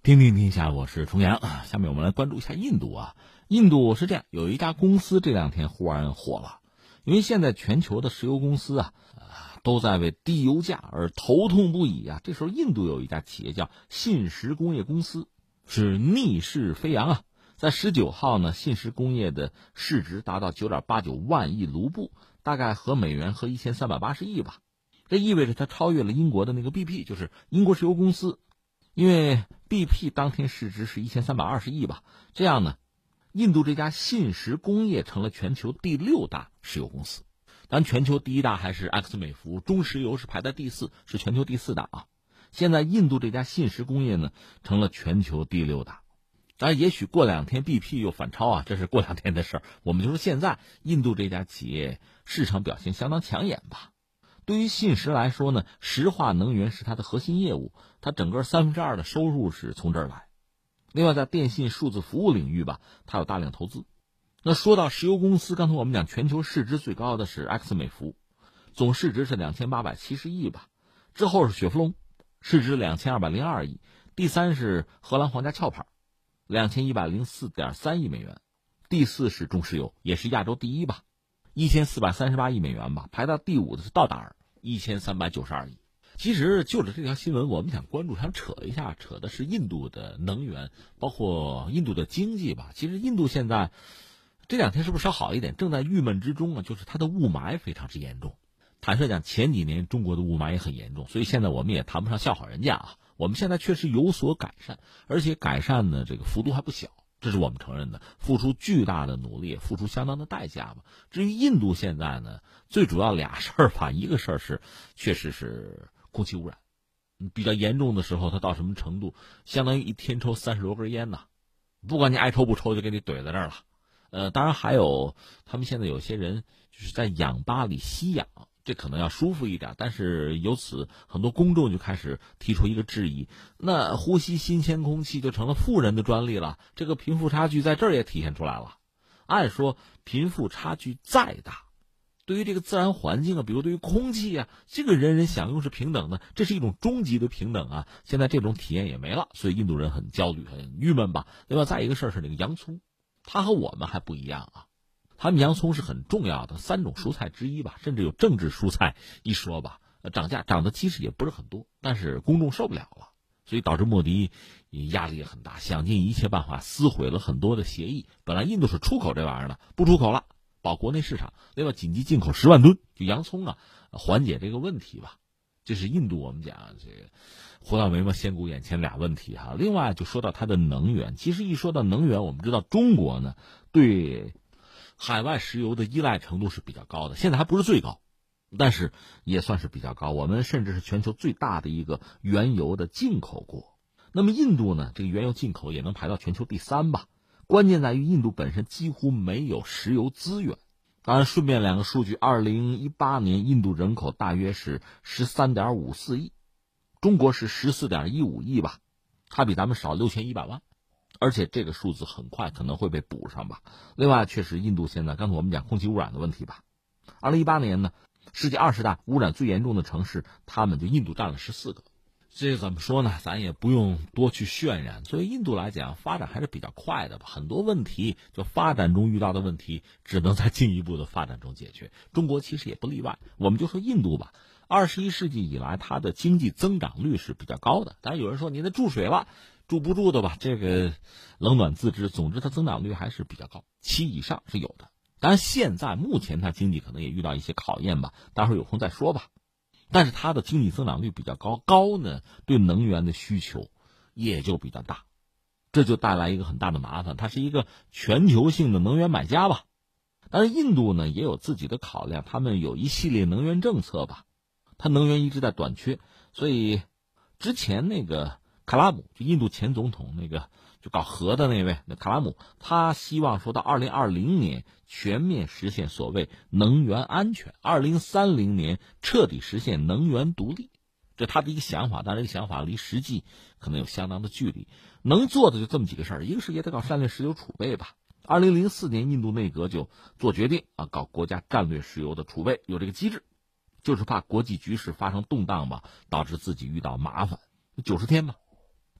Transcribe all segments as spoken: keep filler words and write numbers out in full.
听听天下，我是重阳啊。下面我们来关注一下印度啊。印度是这样，有一家公司这两天忽然火了，因为现在全球的石油公司啊，都在为低油价而头痛不已啊。这时候，印度有一家企业叫信实工业公司，是逆势飞扬啊。在十九号呢，信实工业的市值达到九点八九万亿卢布，大概合美元合一千三百八十亿吧。这意味着它超越了英国的那个 B P， 就是英国石油公司。因为 B P 当天市值是一千三百二十亿吧，这样呢，印度这家信实工业成了全球第六大石油公司。但全球第一大还是埃克森美孚，中石油是排在第四，是全球第四大啊。现在印度这家信实工业呢，成了全球第六大。当然，也许过两天 B P 又反超啊，这是过两天的事儿。我们就说现在印度这家企业市场表现相当抢眼吧。对于信实来说呢，石化能源是它的核心业务，它整个三分之二的收入是从这儿来。另外，在电信数字服务领域吧，它有大量投资。那说到石油公司，刚才我们讲全球市值最高的是埃克森美孚，总市值是两千八百七十亿吧。之后是雪佛龙，市值两千二百零二亿。第三是荷兰皇家壳牌，两千一百零四点三亿美元。第四是中石油，也是亚洲第一吧。一千四百三十八亿美元吧，排到第五的是道达尔，一千三百九十二亿。其实就着这条新闻，我们想关注，想扯一下，扯的是印度的能源，包括印度的经济吧。其实印度现在这两天是不是稍好一点？正在郁闷之中啊，就是它的雾霾非常之严重。坦率讲，前几年中国的雾霾也很严重，所以现在我们也谈不上笑话人家啊。我们现在确实有所改善，而且改善呢，这个幅度还不小。这是我们承认的，付出巨大的努力，付出相当的代价吧。至于印度现在呢，最主要俩事儿吧，一个事儿是，确实是空气污染，比较严重的时候，它到什么程度？相当于一天抽三十多根烟呐，不管你爱抽不抽，就给你怼在这儿了。呃，当然还有，他们现在有些人就是在氧吧里吸氧。这可能要舒服一点，但是由此很多公众就开始提出一个质疑，那呼吸新鲜空气就成了富人的专利了，这个贫富差距在这儿也体现出来了。按说贫富差距再大，对于这个自然环境啊，比如对于空气啊，这个人人享用是平等的，这是一种终极的平等啊。现在这种体验也没了，所以印度人很焦虑很郁闷吧。另外再一个事儿是这个洋葱，它和我们还不一样啊。他们洋葱是很重要的三种蔬菜之一吧，甚至有政治蔬菜一说吧。涨价涨的其实也不是很多，但是公众受不了了，所以导致莫迪压力也很大，想尽一切办法撕毁了很多的协议。本来印度是出口这玩意儿的，不出口了，保国内市场。另外紧急进口十万吨就洋葱啊，缓解这个问题吧。这是印度我们讲这个胡大眉毛先顾眼前俩问题哈。另外就说到它的能源，其实一说到能源，我们知道中国呢对海外石油的依赖程度是比较高的，现在还不是最高，但是也算是比较高。我们甚至是全球最大的一个原油的进口国。那么印度呢，这个原油进口也能排到全球第三吧。关键在于印度本身几乎没有石油资源。当然顺便两个数据，二零一八年印度人口大约是 十三点五四亿，中国是 十四点一五亿吧，它比咱们少六千一百万。而且这个数字很快可能会被补上吧。另外，确实印度现在，刚才我们讲空气污染的问题吧。二零一八年呢，世界二十大污染最严重的城市，他们就印度占了十四个。这个怎么说呢？咱也不用多去渲染。作为印度来讲，发展还是比较快的吧。很多问题，就发展中遇到的问题，只能在进一步的发展中解决。中国其实也不例外。我们就说印度吧，二十一世纪以来，它的经济增长率是比较高的。当然有人说你那注水了。住不住的吧，这个冷暖自知。总之，它增长率还是比较高，七以上是有的。当然，现在目前它经济可能也遇到一些考验吧，待会儿有空再说吧。但是它的经济增长率比较高，高呢，对能源的需求也就比较大，这就带来一个很大的麻烦。它是一个全球性的能源买家吧。当然，印度呢也有自己的考量，他们有一系列能源政策吧，它能源一直在短缺，所以之前那个。卡拉姆就印度前总统那个就搞核的那位那卡拉姆，他希望说到二零二零年全面实现所谓能源安全，二零三零年彻底实现能源独立，这他的一个想法。但是这个想法离实际可能有相当的距离，能做的就这么几个事儿。一个是也得搞战略石油储备吧。二零零四年印度内阁就做决定啊，搞国家战略石油的储备，有这个机制，就是怕国际局势发生动荡吧，导致自己遇到麻烦。九十天吧。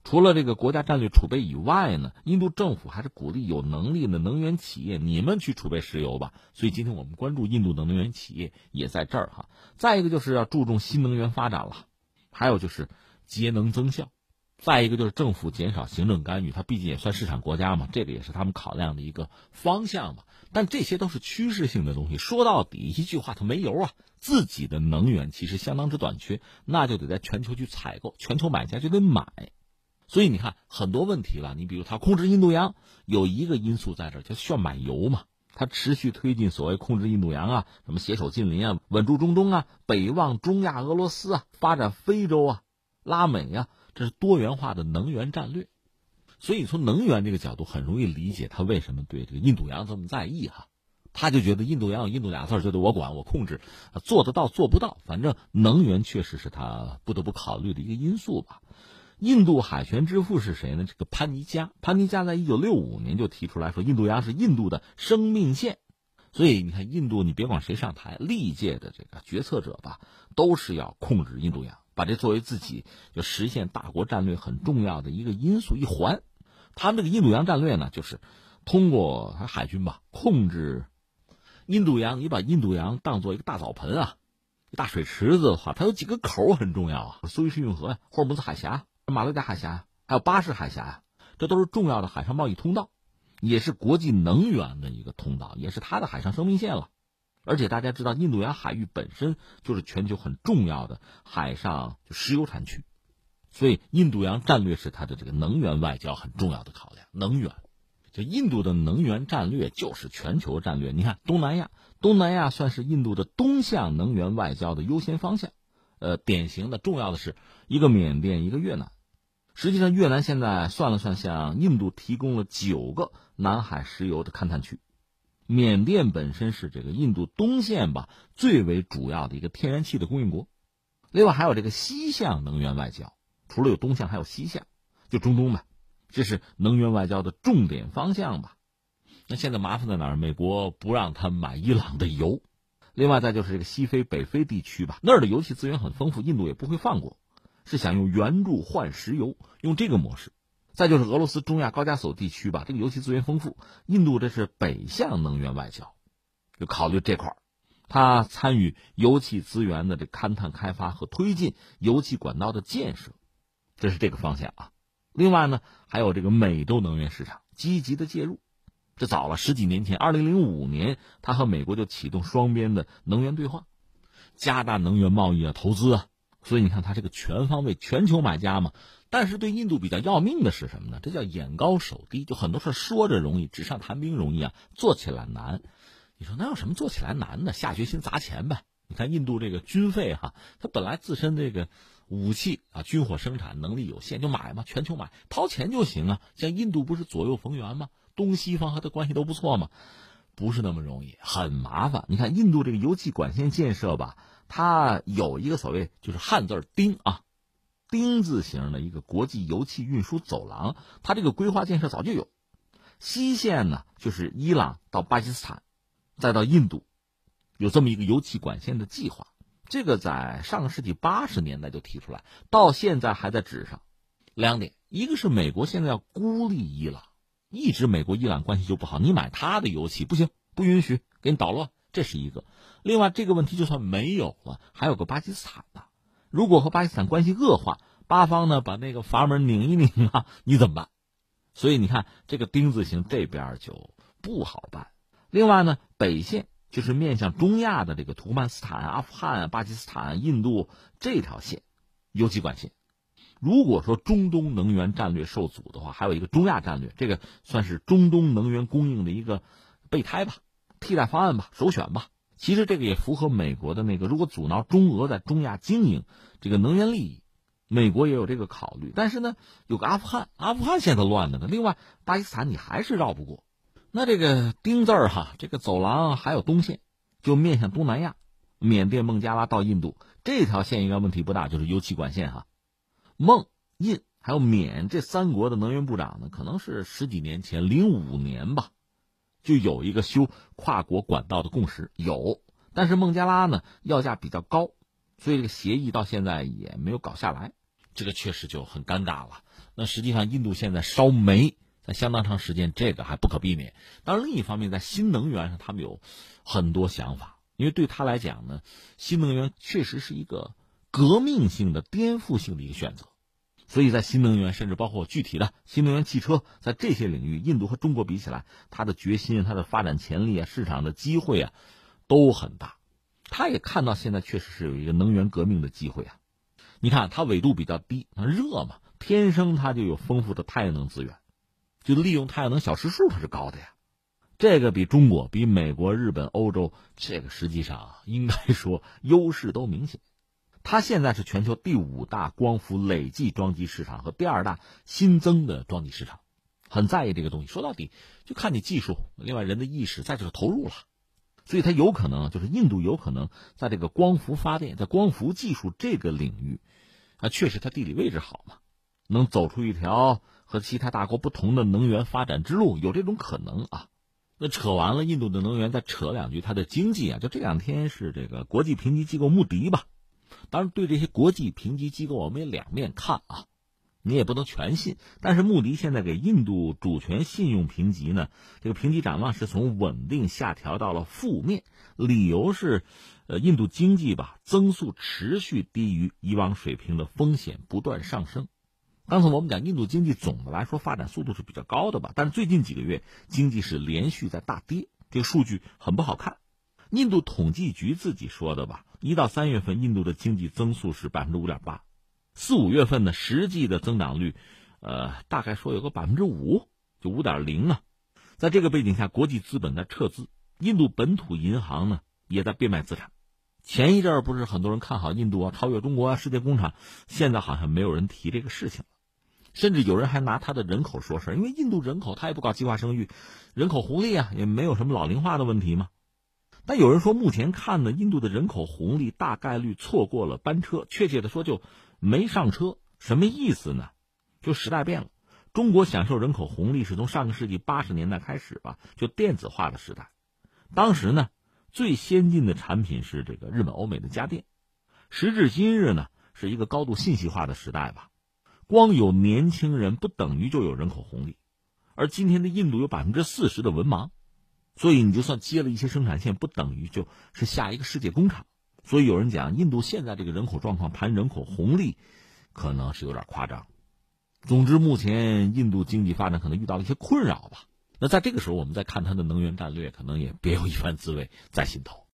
除了这个国家战略储备以外呢，印度政府还是鼓励有能力的能源企业你们去储备石油吧。所以今天我们关注印度的能源企业也在这儿哈。再一个就是要注重新能源发展了，还有就是节能增效，再一个就是政府减少行政干预，它毕竟也算市场国家嘛，这个也是他们考量的一个方向嘛。但这些都是趋势性的东西，说到底一句话，它没油啊，自己的能源其实相当之短缺，那就得在全球去采购，全球买家就得买。所以你看很多问题了，你比如他控制印度洋，有一个因素在这儿，就需要买油嘛。他持续推进所谓控制印度洋啊，什么携手近邻啊，稳住中东啊，北望中亚俄罗斯啊，发展非洲啊，拉美啊，这是多元化的能源战略。所以从能源这个角度很容易理解他为什么对这个印度洋这么在意哈。他就觉得印度洋有印度俩字，就得我管我控制，做得到做不到，反正能源确实是他不得不考虑的一个因素吧。印度海权之父是谁呢？这个潘尼加，潘尼加在一九六五年就提出来说，印度洋是印度的生命线。所以你看，印度你别管谁上台，历届的这个决策者吧，都是要控制印度洋，把这作为自己就实现大国战略很重要的一个因素一环。他们这个印度洋战略呢，就是通过海军吧控制印度洋。你把印度洋当做一个大澡盆啊，大水池子的话，它有几个口很重要啊，苏伊士运河呀，霍尔木兹海峡、马六甲海峡，还有巴士海峡呀，这都是重要的海上贸易通道，也是国际能源的一个通道，也是它的海上生命线了。而且大家知道，印度洋海域本身就是全球很重要的海上石油产区，所以印度洋战略是它的这个能源外交很重要的考量。能源，就印度的能源战略就是全球战略。你看东南亚，东南亚算是印度的东向能源外交的优先方向。呃，典型的重要的是一个缅甸，一个越南。实际上越南现在算了算，向印度提供了九个南海石油的勘探区。缅甸本身是这个印度东线吧最为主要的一个天然气的供应国。另外还有这个西向能源外交，除了有东向还有西向，就中东吧，这是能源外交的重点方向吧。那现在麻烦在哪儿？美国不让他买伊朗的油。另外再就是这个西非北非地区吧，那儿的油气资源很丰富，印度也不会放过，是想用援助换石油，用这个模式。再就是俄罗斯中亚高加索地区吧，这个油气资源丰富，印度这是北向能源外交，就考虑这块儿，他参与油气资源的这勘探开发和推进油气管道的建设，这是这个方向啊。另外呢，还有这个美洲能源市场积极的介入，这早了十几年前，二零零五年，他和美国就启动双边的能源对话，加大能源贸易啊、投资啊。所以你看，他这个全方位、全球买家嘛。但是对印度比较要命的是什么呢？这叫眼高手低，就很多事说着容易，纸上谈兵容易啊，做起来难。你说那有什么做起来难的？下决心砸钱呗。你看印度这个军费哈、啊，它本来自身这个武器啊、军火生产能力有限，就买嘛，全球买，掏钱就行啊。像印度不是左右逢源吗？东西方和它关系都不错嘛，不是那么容易，很麻烦。你看印度这个油气管线建设吧，它有一个所谓就是汉字丁啊，丁字形的一个国际油气运输走廊，它这个规划建设早就有。西线呢，就是伊朗到巴基斯坦，再到印度，有这么一个油气管线的计划。这个在上个世纪八十年代就提出来，到现在还在纸上。两点，一个是美国现在要孤立伊朗，一直美国伊朗关系就不好，你买他的油气不行，不允许，给你捣乱，这是一个。另外这个问题就算没有了，还有个巴基斯坦呢。如果和巴基斯坦关系恶化，巴方呢把那个阀门拧一拧啊，你怎么办？所以你看这个丁字形这边就不好办。另外呢，北线就是面向中亚的这个土库曼斯坦、阿富汗、巴基斯坦、印度这条线，油气管线。如果说中东能源战略受阻的话，还有一个中亚战略，这个算是中东能源供应的一个备胎吧，替代方案吧，首选吧。其实这个也符合美国的那个，如果阻挠中俄在中亚经营这个能源利益，美国也有这个考虑。但是呢，有个阿富汗，阿富汗现在乱着呢。另外，巴基斯坦你还是绕不过。那这个丁字儿哈，这个走廊还有东线，就面向东南亚，缅甸、孟加拉到印度这条线应该问题不大，就是油气管线哈。孟、印还有缅这三国的能源部长呢，可能是十几年前，零五年吧，就有一个修跨国管道的共识，有。但是孟加拉呢要价比较高，所以这个协议到现在也没有搞下来，这个确实就很尴尬了。 那实际上印度现在烧煤在相当长时间，这个还不可避免。当然另一方面在新能源上他们有很多想法，因为对他来讲呢，新能源确实是一个革命性的颠覆性的一个选择。所以在新能源甚至包括具体的新能源汽车，在这些领域印度和中国比起来，它的决心、它的发展潜力啊、市场的机会啊都很大。他也看到现在确实是有一个能源革命的机会啊。你看它纬度比较低，热嘛，天生它就有丰富的太阳能资源，就利用太阳能小时数它是高的呀。这个比中国、比美国、日本、欧洲，这个实际上应该说优势都明显。它现在是全球第五大光伏累计装机市场和第二大新增的装机市场，很在意这个东西。说到底，就看你技术，另外人的意识，再就是投入了。所以它有可能，就是印度有可能在这个光伏发电、在光伏技术这个领域，啊，确实它地理位置好嘛，能走出一条和其他大国不同的能源发展之路，有这种可能啊。那扯完了印度的能源，再扯两句它的经济啊。就这两天是这个国际评级机构穆迪吧。当然，对这些国际评级机构，我们也两面看啊，你也不能全信。但是穆迪现在给印度主权信用评级呢，这个评级展望是从稳定下调到了负面，理由是，呃，印度经济吧增速持续低于以往水平的风险不断上升。刚才我们讲印度经济总的来说发展速度是比较高的吧，但最近几个月经济是连续在大跌，这个数据很不好看。印度统计局自己说的吧，一到三月份印度的经济增速是百分之五点八，四五月份呢实际的增长率，呃，大概说有个百分之五，就五点零啊。在这个背景下，国际资本在撤资，印度本土银行呢也在变卖资产。前一阵儿不是很多人看好印度啊，超越中国啊，世界工厂，现在好像没有人提这个事情了。甚至有人还拿他的人口说事，因为印度人口他也不搞计划生育，人口红利啊，也没有什么老龄化的问题嘛。但有人说，目前看呢，印度的人口红利大概率错过了班车，确切的说就没上车。什么意思呢？就时代变了。中国享受人口红利是从上个世纪八十年代开始吧，就电子化的时代。当时呢，最先进的产品是这个日本、欧美的家电。时至今日呢，是一个高度信息化的时代吧。光有年轻人不等于就有人口红利，而今天的印度有百分之四十的文盲。所以你就算接了一些生产线，不等于就是下一个世界工厂。所以有人讲，印度现在这个人口状况谈人口红利，可能是有点夸张。总之，目前印度经济发展可能遇到了一些困扰吧。那在这个时候，我们再看它的能源战略，可能也别有一番滋味在心头。